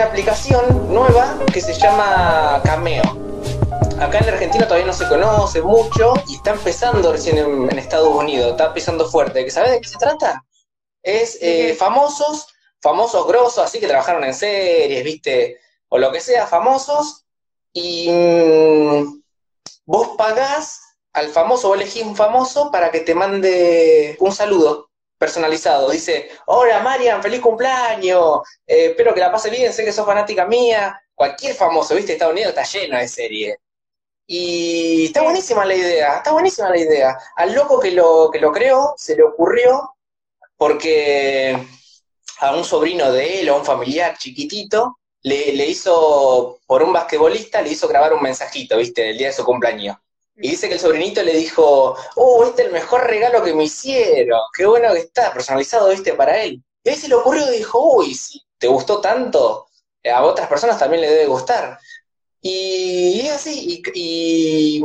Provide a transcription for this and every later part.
una aplicación nueva que se llama Cameo. Acá en Argentina todavía no se conoce mucho y está empezando recién en Estados Unidos, está empezando fuerte. ¿Sabes de qué se trata? Es famosos grosos, así que trabajaron en series, ¿viste? O lo que sea, famosos, y vos pagás al famoso, vos elegís un famoso para que te mande un saludo personalizado. Dice, hola Marian, feliz cumpleaños, espero que la pase bien, sé que sos fanática mía. Cualquier famoso, ¿viste? Estados Unidos está lleno de series. Y está buenísima la idea, está buenísima la idea. Al loco que lo creó, se le ocurrió porque a un sobrino de él o a un familiar chiquitito le hizo, por un basquetbolista, le hizo grabar un mensajito, ¿viste? El día de su cumpleaños. Y dice que el sobrinito le dijo, este es el mejor regalo que me hicieron, qué bueno que está, personalizado, ¿viste? Para él. Y ahí se le ocurrió y dijo, si te gustó tanto, a otras personas también le debe gustar. Y es así, y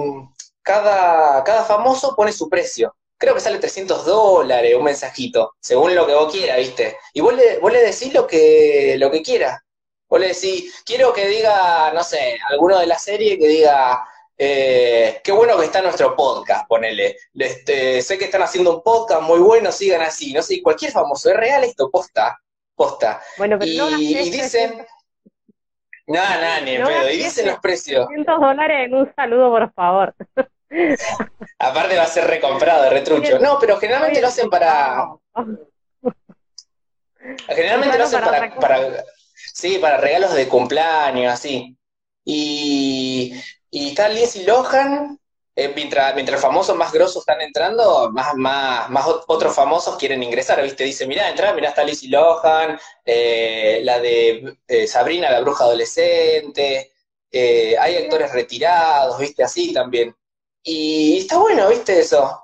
cada famoso pone su precio. Creo que sale $300 un mensajito, según lo que vos quieras, ¿viste? Y vos le decís lo que quieras. Vos le decís, quiero que diga, no sé, alguno de la serie que diga, qué bueno que está nuestro podcast, ponele. Sé que están haciendo un podcast muy bueno, sigan así. No sé, cualquier famoso, ¿es real esto? Posta. Bueno, pero no Y gastes dicen, nada, ni en no pedo. Y gastes dicen los precios. $300 en un saludo, por favor. Aparte va a ser recomprado, de retrucho. No, pero generalmente lo hacen para. No, Generalmente lo usalo hacen para otra cosa. sí, para regalos de cumpleaños, así. Y, y está Lindsay Lohan, mientras famosos más grosos están entrando, otros famosos quieren ingresar, ¿viste? Dice, mirá, está Lindsay Lohan, la de Sabrina, la bruja adolescente, hay actores retirados, ¿viste? Así también. Y está bueno, ¿viste eso?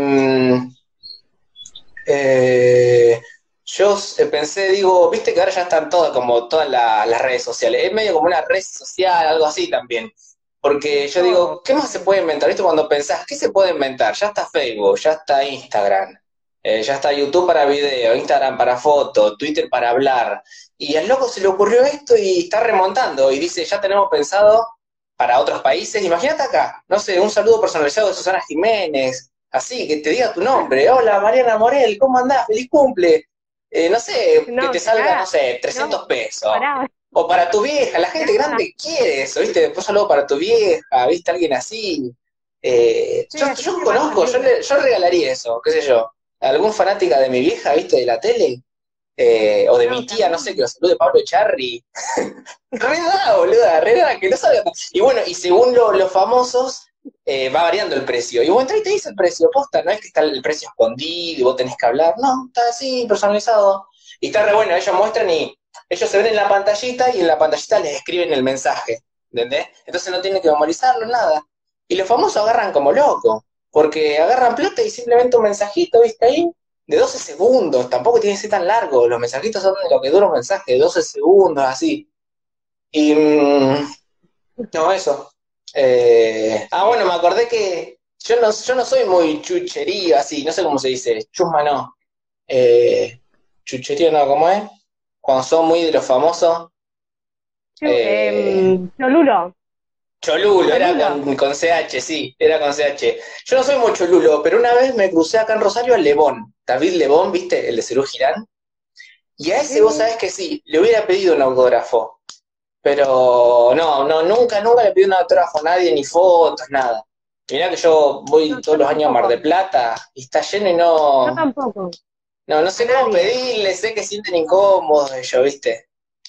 Eh, yo pensé, digo, viste que ahora ya están todas las redes sociales. Es medio como una red social, algo así también. Porque yo Todo. digo, ¿qué más se puede inventar? ¿Viste? Cuando pensás, ¿qué se puede inventar? Ya está Facebook, ya está Instagram, ya está YouTube para video, Instagram para foto, Twitter para hablar. Y al loco se le ocurrió esto y está remontando. Y dice, ya tenemos pensado para otros países. Imagínate acá, no sé, un saludo personalizado de Susana Jiménez, así, que te diga tu nombre. Hola, Mariana Morel, ¿cómo andás? ¡Feliz cumple! No sé, que No, te que me salga, no haga, sé, no, 300 pesos. pará, O para tu vieja, la que gente haga, grande quiere eso, ¿viste? Después saludo para tu vieja, ¿viste? Alguien así. sí, así Yo se va conozco, conmigo. yo regalaría eso, qué sé yo. ¿Algún fanática de mi vieja, viste, de la tele? O de No, mi tía, no sé, que también. lo salude Pablo Echarri. Re da, boluda, re da, que no sabe. Y bueno, y según los famosos, va variando el precio. Y vos entrás y te dice el precio, posta, no es que está el precio escondido y vos tenés que hablar, no, está así, personalizado. Y está re bueno, ellos muestran y ellos se ven en la pantallita y en la pantallita les escriben el mensaje, ¿entendés? Entonces no tienen que memorizarlo, nada. Y los famosos agarran como locos, porque agarran plata y simplemente un mensajito, ¿viste ahí? De 12 segundos, tampoco tiene que ser tan largo, los mensajitos son de lo que dura un mensaje, de 12 segundos, así. Y no, eso. Bueno, me acordé que yo no soy muy chucherío, así, no sé cómo se dice, chusma no. Eh, Chucherío no, ¿cómo es? Cuando son muy de los famosos. Eh, Cholulo, Cholulo, era Cholulo. con CH, sí, era con CH. Yo no soy muy cholulo, pero una vez me crucé acá en Rosario al Lebón, David Lebón, ¿viste? El de Cerú Girán. Y a ese vos Sí, sabés que sí, le hubiera pedido un autógrafo. Pero nunca le pedí un autógrafo a nadie, ni fotos, nada. Mirá que yo no, voy todos yo los años a Mar tampoco, del Plata y está lleno y yo tampoco, no a sé cómo nadie. pedirle, sé que sienten incómodos ellos, ¿viste?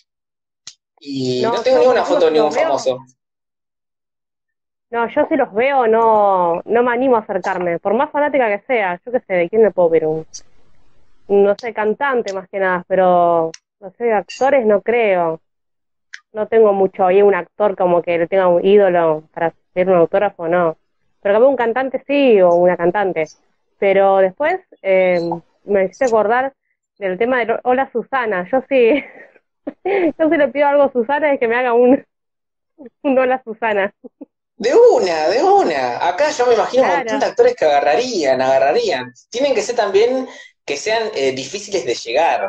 Y no No, tengo yo, ni por una ejemplo, foto de si los ningún veo, famoso. no, yo si los veo no me animo a acercarme, por más fanática que sea, yo qué sé, ¿de quién me puedo ver? No sé, cantante más que nada, pero no sé, actores no creo. No tengo mucho ahí un actor como que le tenga un ídolo para hacer un autógrafo, no. Pero como un cantante sí, o una cantante. Pero después me hiciste acordar del tema de Hola Susana. Yo sí, yo sí le pido algo a Susana es que me haga un Hola Susana. De una. Acá yo me imagino un montón Claro. de actores que agarrarían. Tienen que ser también que sean difíciles de llegar.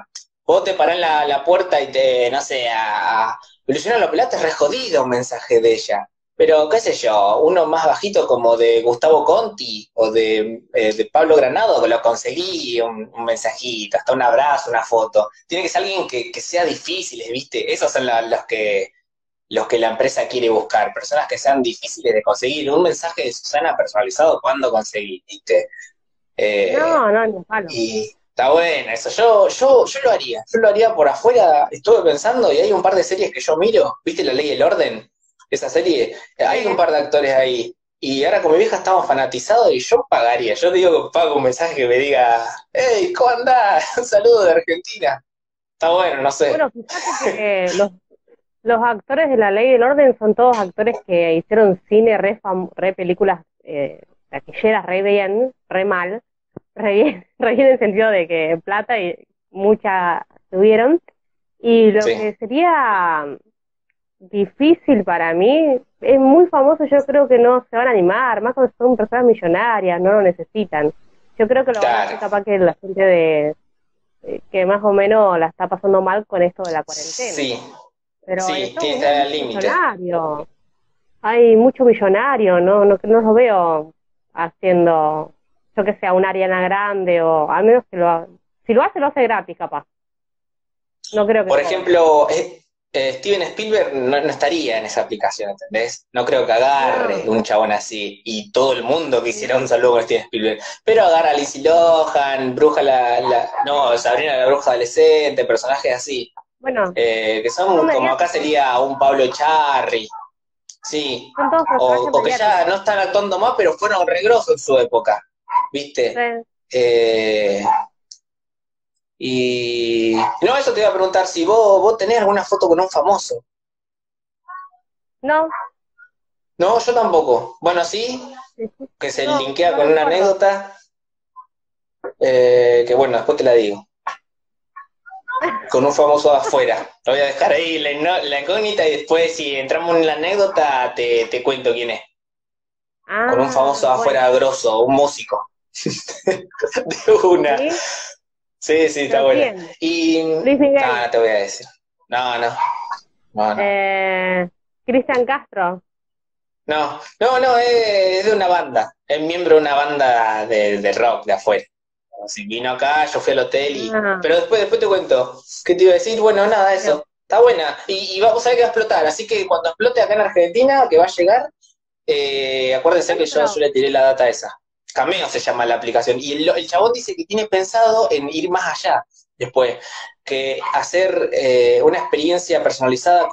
Vos te parás en la puerta y te, no sé, a Luciana Lopilato es re jodido un mensaje de ella. Pero, qué sé yo, uno más bajito como de Gustavo Conti o de Pablo Granado, que lo conseguí un mensajito, hasta un abrazo, una foto. Tiene que ser alguien que sea difícil, ¿viste? Esos son los que la empresa quiere buscar, personas que sean difíciles de conseguir. Un mensaje de Susana personalizado, ¿cuándo conseguí? ¿Viste? Eh, No, no, ni a palo. y está bueno eso. Yo lo haría. Yo lo haría por afuera. Estuve pensando y hay un par de series que yo miro. ¿Viste La Ley y el Orden? Esa serie. Hay un Eh, par de actores ahí. Y ahora con mi vieja estamos fanatizados y yo pagaría. Yo digo que pago un mensaje que me diga, hey, ¿cómo andás? Un saludo de Argentina. Está bueno, no sé. bueno, fíjate que los actores de La Ley y el Orden son todos actores que hicieron cine, re películas taquilleras, re bien, re mal, re bien, re bien en el sentido de que plata y mucha tuvieron. Y lo Sí, que sería difícil para mí, es muy famoso, yo creo que no se van a animar, más cuando son personas millonarias, no lo necesitan. Yo creo que lo van a hacer claro. capaz que la gente que más o menos la está pasando mal con esto de la cuarentena. Sí, Pero en sí, Estados tiene que Unidos estar hay al mucho límite. millonario, hay mucho millonario, no los veo haciendo, yo que sea, una Ariana Grande o al menos que si lo hace gratis capaz, no creo que Por cobre. ejemplo, Steven Spielberg no estaría en esa aplicación, ¿entendés? No creo que agarre No, un chabón así y todo el mundo quisiera un no. saludo con Steven Spielberg. Pero agarra a Lindsay Lohan, Bruja no, Sabrina la Bruja Adolescente, personajes así, Bueno, que son son como acá mediáticos, sería un Pablo Charri, sí, son todos personajes o que ya mediáticos. no están actuando más, pero fueron regrosos en su época, ¿viste? Sí. Eh, y no, eso te iba a preguntar si vos tenés alguna foto con un famoso. No, No, yo tampoco. Bueno, sí, que se no, linkea no con una recuerdo. anécdota, que bueno, después te la digo. Con un famoso de afuera. Lo voy a dejar ahí la incógnita y después si entramos en la anécdota te cuento quién es. Con un famoso Ah, de bueno, afuera grosso, un músico. De una. ¿sí? Sí, sí, está ¿Pero buena. quién? Y Luis no, Miguel, no te voy a decir. No, no, no, no. eh, Cristian Castro. No, es de una banda. Es miembro de una banda de rock de afuera. Si vino acá, yo fui al hotel y. Ah, Pero después te cuento. ¿Qué te iba a decir? Bueno, nada, bueno, eso. Está buena. Y vamos a ver que va a explotar. Así que cuando explote acá en Argentina, que va a llegar, acuérdense que bueno, yo le tiré la data esa. Cameo se llama la aplicación. Y el chabón dice que tiene pensado en ir más allá después. Que hacer una experiencia personalizada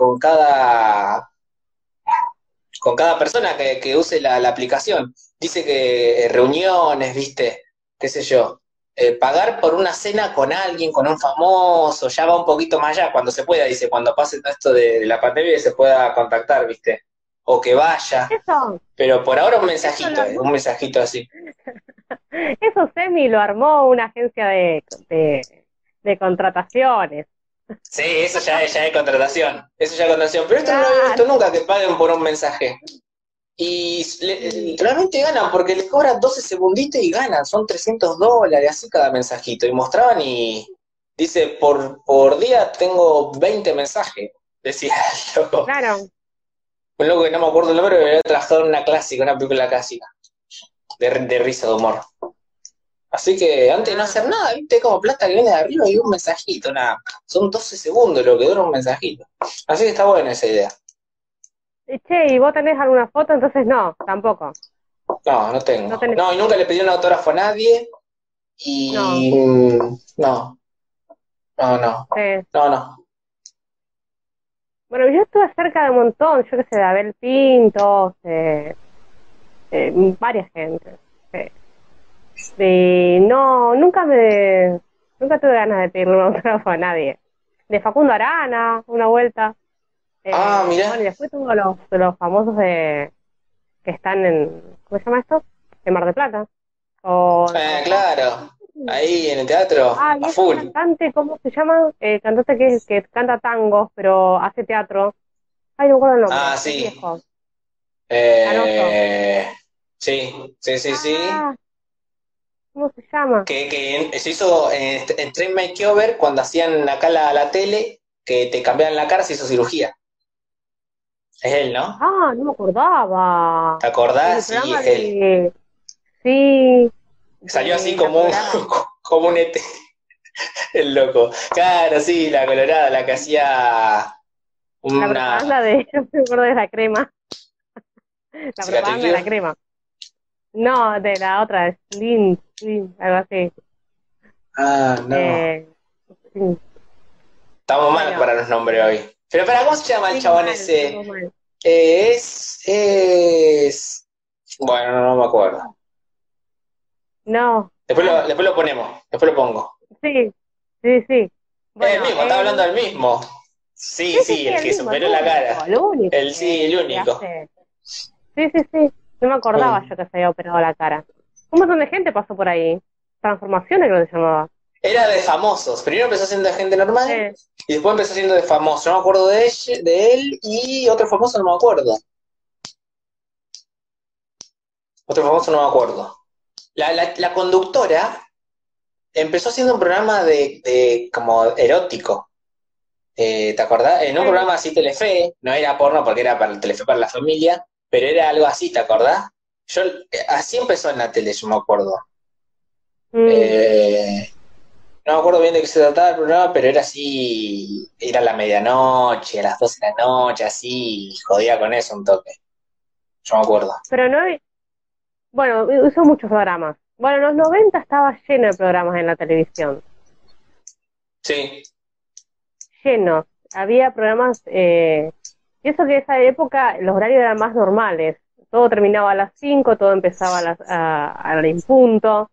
con cada persona que use la aplicación. Dice que reuniones, viste, qué sé yo, pagar por una cena con alguien, con un famoso, ya va un poquito más allá, cuando se pueda, dice, cuando pase todo esto de la pandemia y se pueda contactar, viste, o que vaya, eso, pero por ahora eso lo armó, un mensajito así. eso Semi lo armó una agencia de contrataciones. Sí, eso ya es contratación, eso ya es contratación, pero esto no lo había visto Claro. nunca que paguen por un mensaje. Y Y realmente ganan porque les cobran 12 segunditos y ganan, son $300 así cada mensajito. Y mostraban y dice, por día tengo 20 mensajes, decía el loco. claro, Un loco que no me acuerdo el nombre, pero había trabajado en una clásica, una película clásica, de risa, de humor. Así que antes de no ah. hacer nada, viste como plata que viene de arriba y un mensajito, nada. Son 12 segundos lo que dura un mensajito. Así que está buena esa idea. Che, ¿y vos tenés alguna foto? Entonces no, tampoco. No, no No tengo. tenés, No, y nunca le pedí un autógrafo a nadie. no. Y no, no. Sí. No, no. Bueno, yo estuve cerca de un montón, yo qué sé, de Abel Pintos, varias gente. Sí. Y no, nunca tuve ganas de pedirle un autógrafo a nadie. De Facundo Arana, una vuelta. Ah, Bueno, y mirá. después tuvo los famosos que están ¿cómo se llama esto? En Mar del Plata. O en Cabo Claro. Ahí en el teatro, Ah, a y ese full. cantante, ¿cómo se llama? Cantante que canta tangos, pero hace teatro. Ay, no me acuerdo el nombre, Ah, es sí. viejo, canoso. Eh, sí, sí, sí, sí. Ah, ¿Cómo se llama? Que se hizo en Train Makeover cuando hacían acá la tele, que te cambiaban la cara, se hizo cirugía. Es él, ¿no? Ah, no me acordaba. ¿Te El acordás? Sí, programa es él. de... Sí, Salió así de la como un, Colorada. como un ET, el loco. Claro, sí, la colorada, la que hacía La una propaganda de... No me acuerdo de la crema. La Cicatriz propaganda de la Cure. crema. No, de la otra, Slim, Slim, algo así. Ah, no. Eh, sí. Estamos mal Bueno, para los nombres hoy. Pero para, ¿cómo se llama el sí, chabón mal, ese? estamos mal. Es. Bueno, no me acuerdo. No, Después lo ponemos, después lo pongo. sí, sí, sí. Es el Bueno, mismo, estaba hablando él, del mismo. sí, Sí, sí, sí, sí, el el que mismo, superó la cara. el único El sí, el que único. hace. Sí, sí, sí. No me acordaba Mm. yo que se había operado la cara. Un montón de gente pasó por ahí. Transformaciones creo que se llamaba. Era de famosos. Primero empezó siendo de gente normal Sí. y después empezó siendo de famoso. No me acuerdo de él y otro famoso no me acuerdo. Otro famoso no me acuerdo. La conductora empezó haciendo un programa de como erótico. ¿Te acordás? En un Sí. programa así Telefe, no era porno porque era para el Telefe para la familia, pero era algo así, ¿te acordás? Yo, así empezó en la tele, yo me acuerdo. Mm, Eh, no me acuerdo bien de qué se trataba el programa, pero era así, era a la medianoche, a las 12 de la noche, así, y jodía con eso un toque. Yo me acuerdo. pero no, bueno, hizo muchos programas. Bueno, en los 90 estaba lleno de programas en la televisión. Sí, Llenos. Había programas, y eso que esa época los horarios eran más normales. Todo terminaba a las 5, todo empezaba al punto.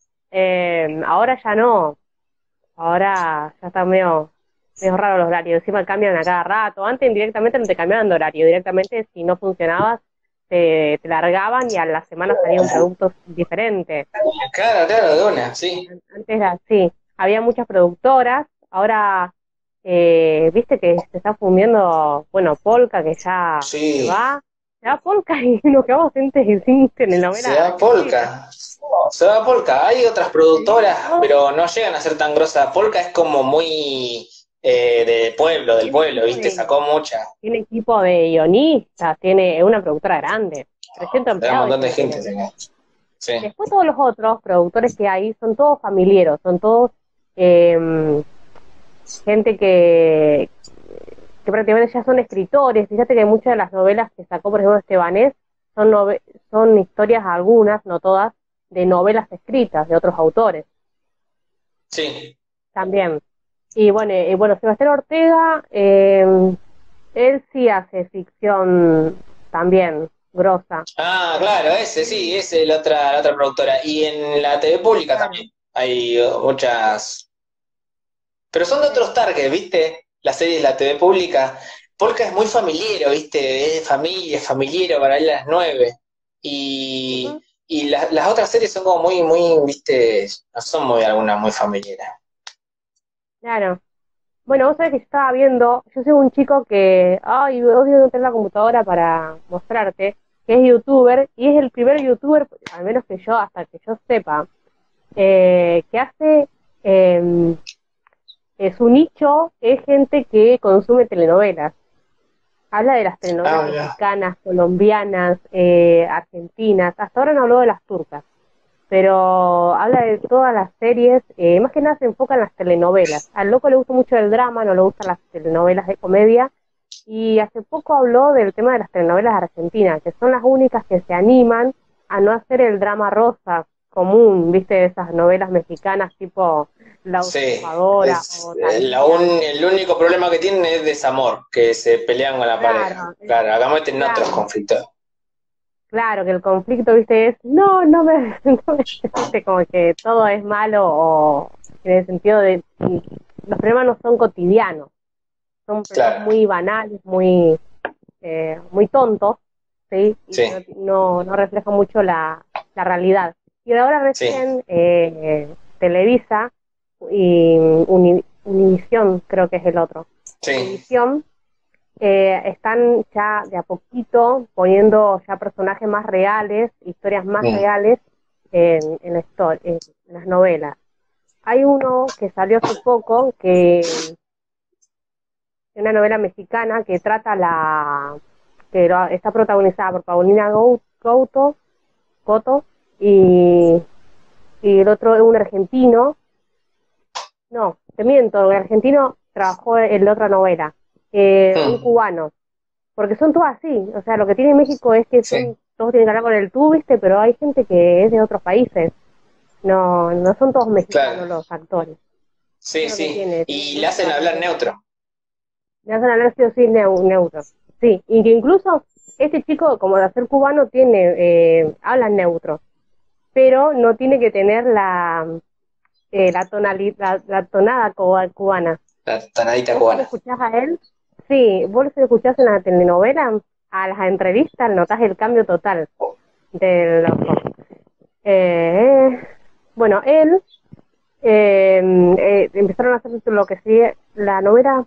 Ahora ya no. Ahora ya está medio raro los horarios. Encima cambian a cada rato. Antes directamente no te cambiaban de horario. Directamente si no funcionabas, te largaban y a la semana salía un producto diferente. claro, claro, de una, sí. Antes era así. Había muchas productoras. Ahora, viste que se está fundiendo, bueno, Polka, que ya se Sí, va. Se va Polka y nos quedamos sin se telenovela da argentina. Polka. Se da Polka. Hay otras Se viene productoras, todo. pero no llegan a ser tan grosas. Polka es como muy del Tiene pueblo, equipo ¿viste? de Sacó mucha. Tiene equipo de guionistas, tiene una productora grande, 300 Da un empleados montón dice de que gente. tiene. Tenía. Sí, Después todos los otros productores que hay son todos familiares, son todos eh, gente que prácticamente ya son escritores. Fíjate que muchas de las novelas que sacó, por ejemplo, Estebanés, son historias algunas, no todas, de novelas escritas de otros autores sí. también. Y bueno, Sebastián Ortega, él sí hace ficción también, grosa. Ah, claro, ese sí, ese es la otra productora. Y en la TV pública Claro. también hay muchas. Pero son de Sí. otros targets, ¿viste? Las series de la TV pública. Polka es muy familiero, ¿viste? Es de familia, es familiero para ir a las 9. Ujú. Y las otras series son como ¿viste? No son muy algunas muy familiares. Claro. Bueno, vos sabés que yo estaba viendo, yo soy un chico que, ay, odio no tener la computadora para mostrarte, que es youtuber, y es el primer youtuber, al menos que yo, hasta que yo sepa, que hace, eh, su nicho es gente que consume telenovelas. Habla de las telenovelas Ah, ya. mexicanas, colombianas, argentinas, hasta ahora no habló de las turcas, pero habla de todas las series, más que nada se enfoca en las telenovelas. Al loco le gusta mucho el drama, no le gustan las telenovelas de comedia, y hace poco habló del tema de las telenovelas argentinas, que son las únicas que se animan a no hacer el drama rosa común, viste, de esas novelas mexicanas tipo La Sí. Usurpadora Es, o Talía. el único problema que tienen es desamor, que se pelean con la pareja. Claro, Claro, acá meten otros claro, conflictos. claro, que el conflicto, viste, es, no, viste, como que todo es malo o en el sentido de, los problemas no son cotidianos, son problemas Claro, muy banales, muy tontos, ¿sí? Y sí, que no reflejan mucho la realidad. Y ahora sí, recién Televisa y Univisión, creo que es el otro, sí. Univisión, están ya de a poquito poniendo ya personajes más reales, historias más Mm, reales, en las novelas. Hay uno que salió hace poco, que es una novela mexicana que trata está protagonizada por Paulina Coto y el otro es un argentino. No, te miento, el argentino trabajó en la otra novela, un cubano, porque son todos así, o sea, lo que tiene México es que Sí, todos tienen que hablar con el tú, ¿viste? Pero hay gente que es de otros países, no son todos mexicanos claro. los actores, Sí, eso es lo que sí. tiene Y le mucha hacen hablar variedad. neutro. Le hacen hablar sí o sí neutro, sí, y que incluso este chico, como de ser cubano, habla neutro, pero no tiene que tener la tonada cubana. La tonadita Vos si lo cubana. escuchás a él, sí, vos si lo escuchás en la telenovela, a las entrevistas notás el cambio total del loco. Eh, bueno, él empezaron a hacer lo que sigue, la novela,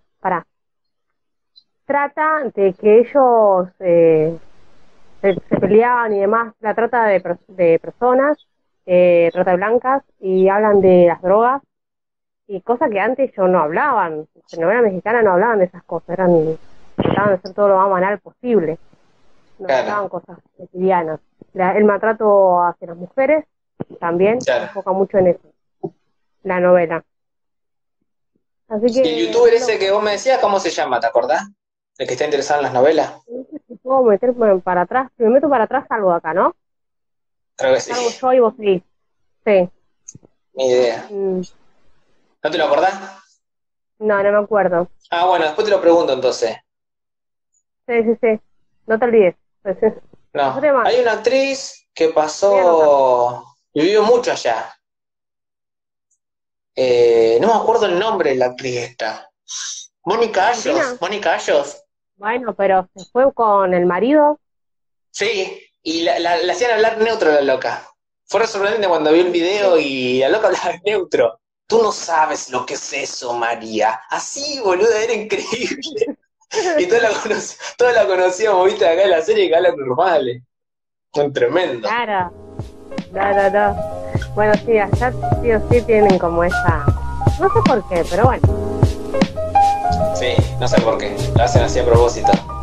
trata de que ellos se peleaban y demás, la trata de personas, trata de blancas, y hablan de las drogas, y cosas que antes ellos no hablaban, en novela mexicana no hablaban de esas cosas, trataban de hacer todo lo más banal posible, no Claro, trataban cosas cotidianas. El maltrato hacia las mujeres también se claro. enfoca mucho en eso, la novela. Así Y el que, youtuber re ese que loco. vos me decías, ¿cómo se llama? ¿Te acordás? El que está interesado en las novelas. No sé si puedo meterme para atrás, si me meto para atrás salgo acá, ¿no? Creo que Salgo sí. yo y vos seguís. Sí. Ni idea. Mm, ¿No te lo acordás? no me acuerdo. Ah, bueno, después te lo pregunto entonces. Sí. No te olvides. Pues, yo No. te Hay mando. una actriz que Voy a anotar. vivió mucho allá. No me acuerdo el nombre de la actriz esta. Mónica Ayos. ¿Argentina? Mónica Ayos. Bueno, pero se fue con el marido. Sí, y la hacían hablar neutro a la loca. Fue re sorprendente cuando vi el video y la loca hablaba neutro. Tú no sabes lo que es eso, María. Así, boluda, era increíble. Y todos la conocíamos, viste, acá en la serie que hablan normales. Son tremendos. Claro. No. Bueno, sí, allá sí o sí tienen como esa. No sé por qué, pero bueno. Sí, no sé por qué. Lo hacen así a propósito.